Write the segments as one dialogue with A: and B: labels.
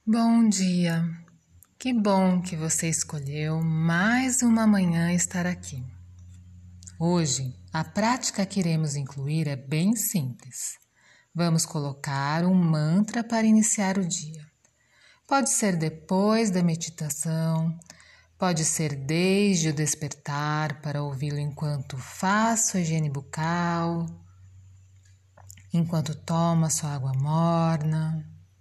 A: Bom dia! Que bom que você escolheu mais uma manhã estar aqui. Hoje, a prática que iremos incluir é bem simples. Vamos colocar um mantra para iniciar o dia. Pode ser depois da meditação, pode ser desde o despertar para ouvi-lo enquanto faz sua higiene bucal, enquanto toma sua água morna,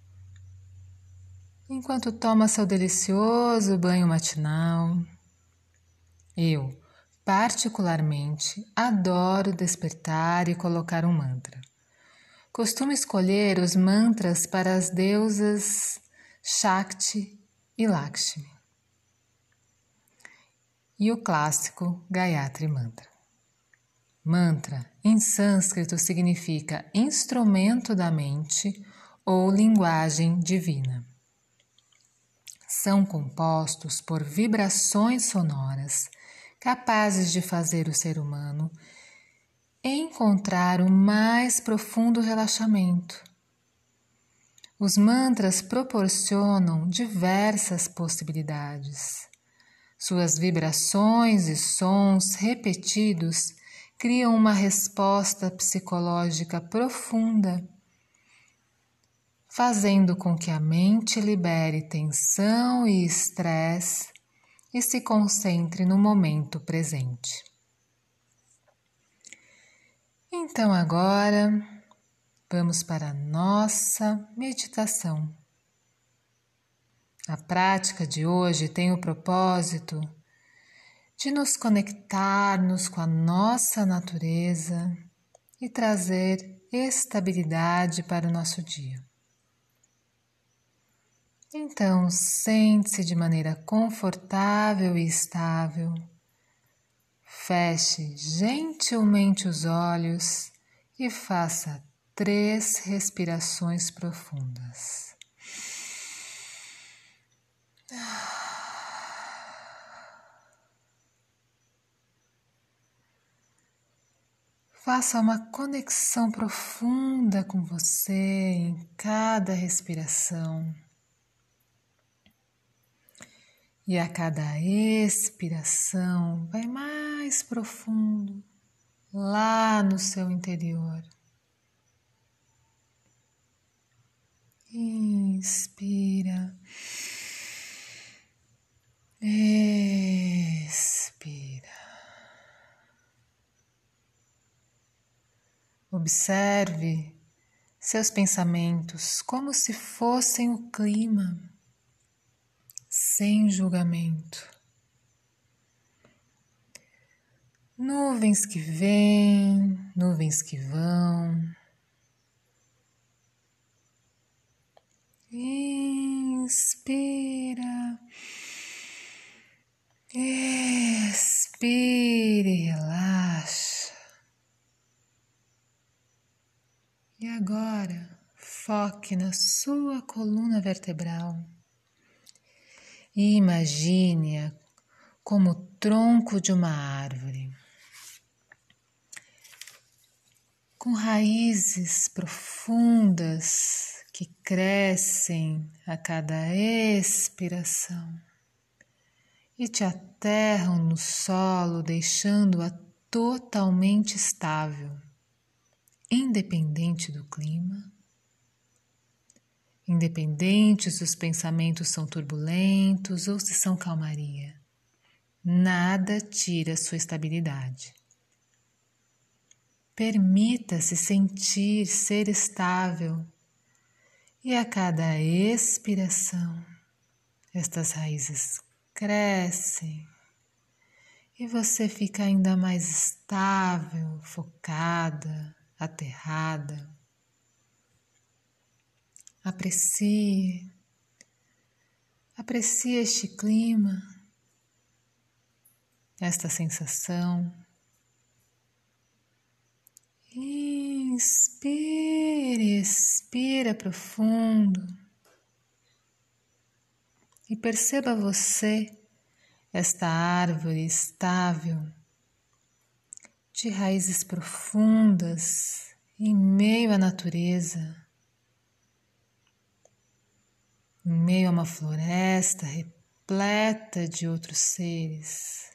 A: enquanto toma seu delicioso banho matinal. Eu, particularmente, adoro despertar e colocar um mantra. Costumo escolher os mantras para as deusas Shakti e Lakshmi. E o clássico Gayatri Mantra. Mantra, em sânscrito, significa instrumento da mente ou linguagem divina. São compostos por vibrações sonoras capazes de fazer o ser humano encontrar o mais profundo relaxamento. Os mantras proporcionam diversas possibilidades. Suas vibrações e sons repetidos criam uma resposta psicológica profunda, fazendo com que a mente libere tensão e estresse e se concentre no momento presente. Então agora, vamos para a nossa meditação. A prática de hoje tem o propósito de nos conectarmos com a nossa natureza e trazer estabilidade para o nosso dia. Então, sente-se de maneira confortável e estável. Feche gentilmente os olhos e faça 3 respirações profundas. Faça uma conexão profunda com você em cada respiração. E a cada expiração, vai mais profundo, lá no seu interior. Inspira. Expira. Observe seus pensamentos como se fossem o clima, sem julgamento. Nuvens que vêm, nuvens que vão. Inspira. Expire, relaxa. E agora, foque na sua coluna vertebral e imagine-a como o tronco de uma árvore, com raízes profundas que crescem a cada expiração e te aterram no solo, deixando-a totalmente estável, independente do clima, independente se os pensamentos são turbulentos ou se são calmaria. Nada tira sua estabilidade. Permita-se sentir ser estável e a cada expiração, estas raízes crescem e você fica ainda mais estável, focada, aterrada. Aprecie este clima, esta sensação. Inspire, expira profundo e perceba você, esta árvore estável, de raízes profundas em meio à natureza. em meio a uma floresta repleta de outros seres.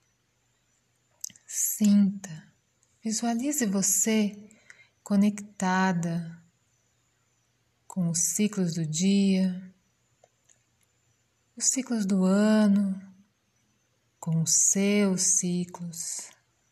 A: Sinta, visualize você conectada com os ciclos do dia, os ciclos do ano, com os seus ciclos.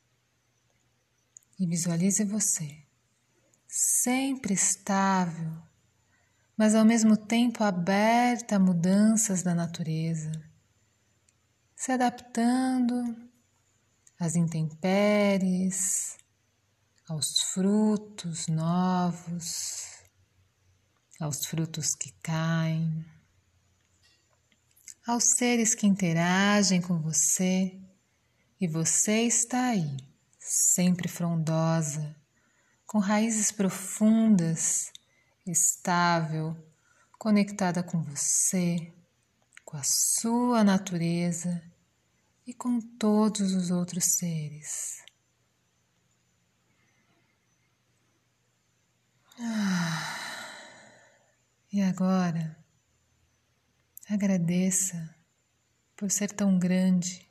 A: E visualize você sempre estável, mas ao mesmo tempo aberta a mudanças da natureza, se adaptando às intempéries, aos frutos novos, aos frutos que caem, aos seres que interagem com você, e você está aí, sempre frondosa, com raízes profundas, estável, conectada com você, com a sua natureza e com todos os outros seres. E agora, agradeça por ser tão grande.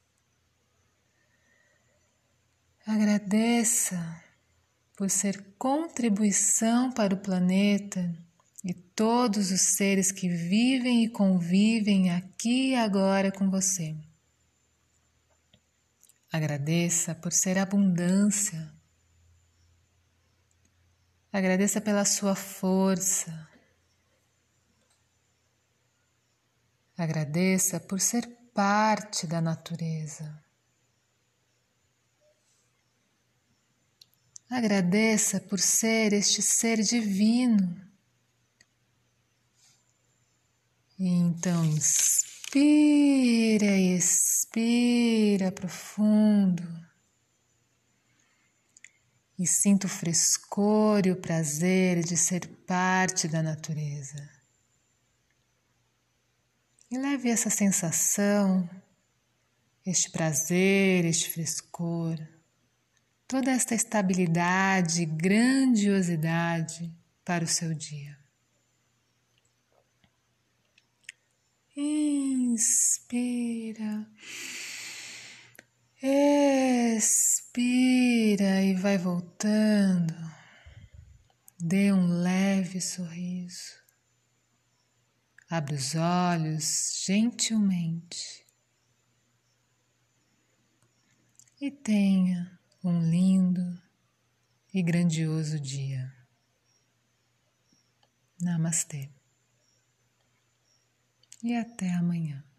A: Agradeça por ser contribuição para o planeta e todos os seres que vivem e convivem aqui e agora com você. Agradeça por ser abundância. Agradeça pela sua força. Agradeça por ser parte da natureza. Agradeça por ser este ser divino. E então inspira e expira profundo. E sinta o frescor e o prazer de ser parte da natureza. E leve essa sensação, este prazer, este frescor, toda esta estabilidade e grandiosidade para o seu dia. Inspira, expira e vai voltando. Dê um leve sorriso. Abre os olhos gentilmente. E tenha um lindo e grandioso dia. Namastê. E até amanhã.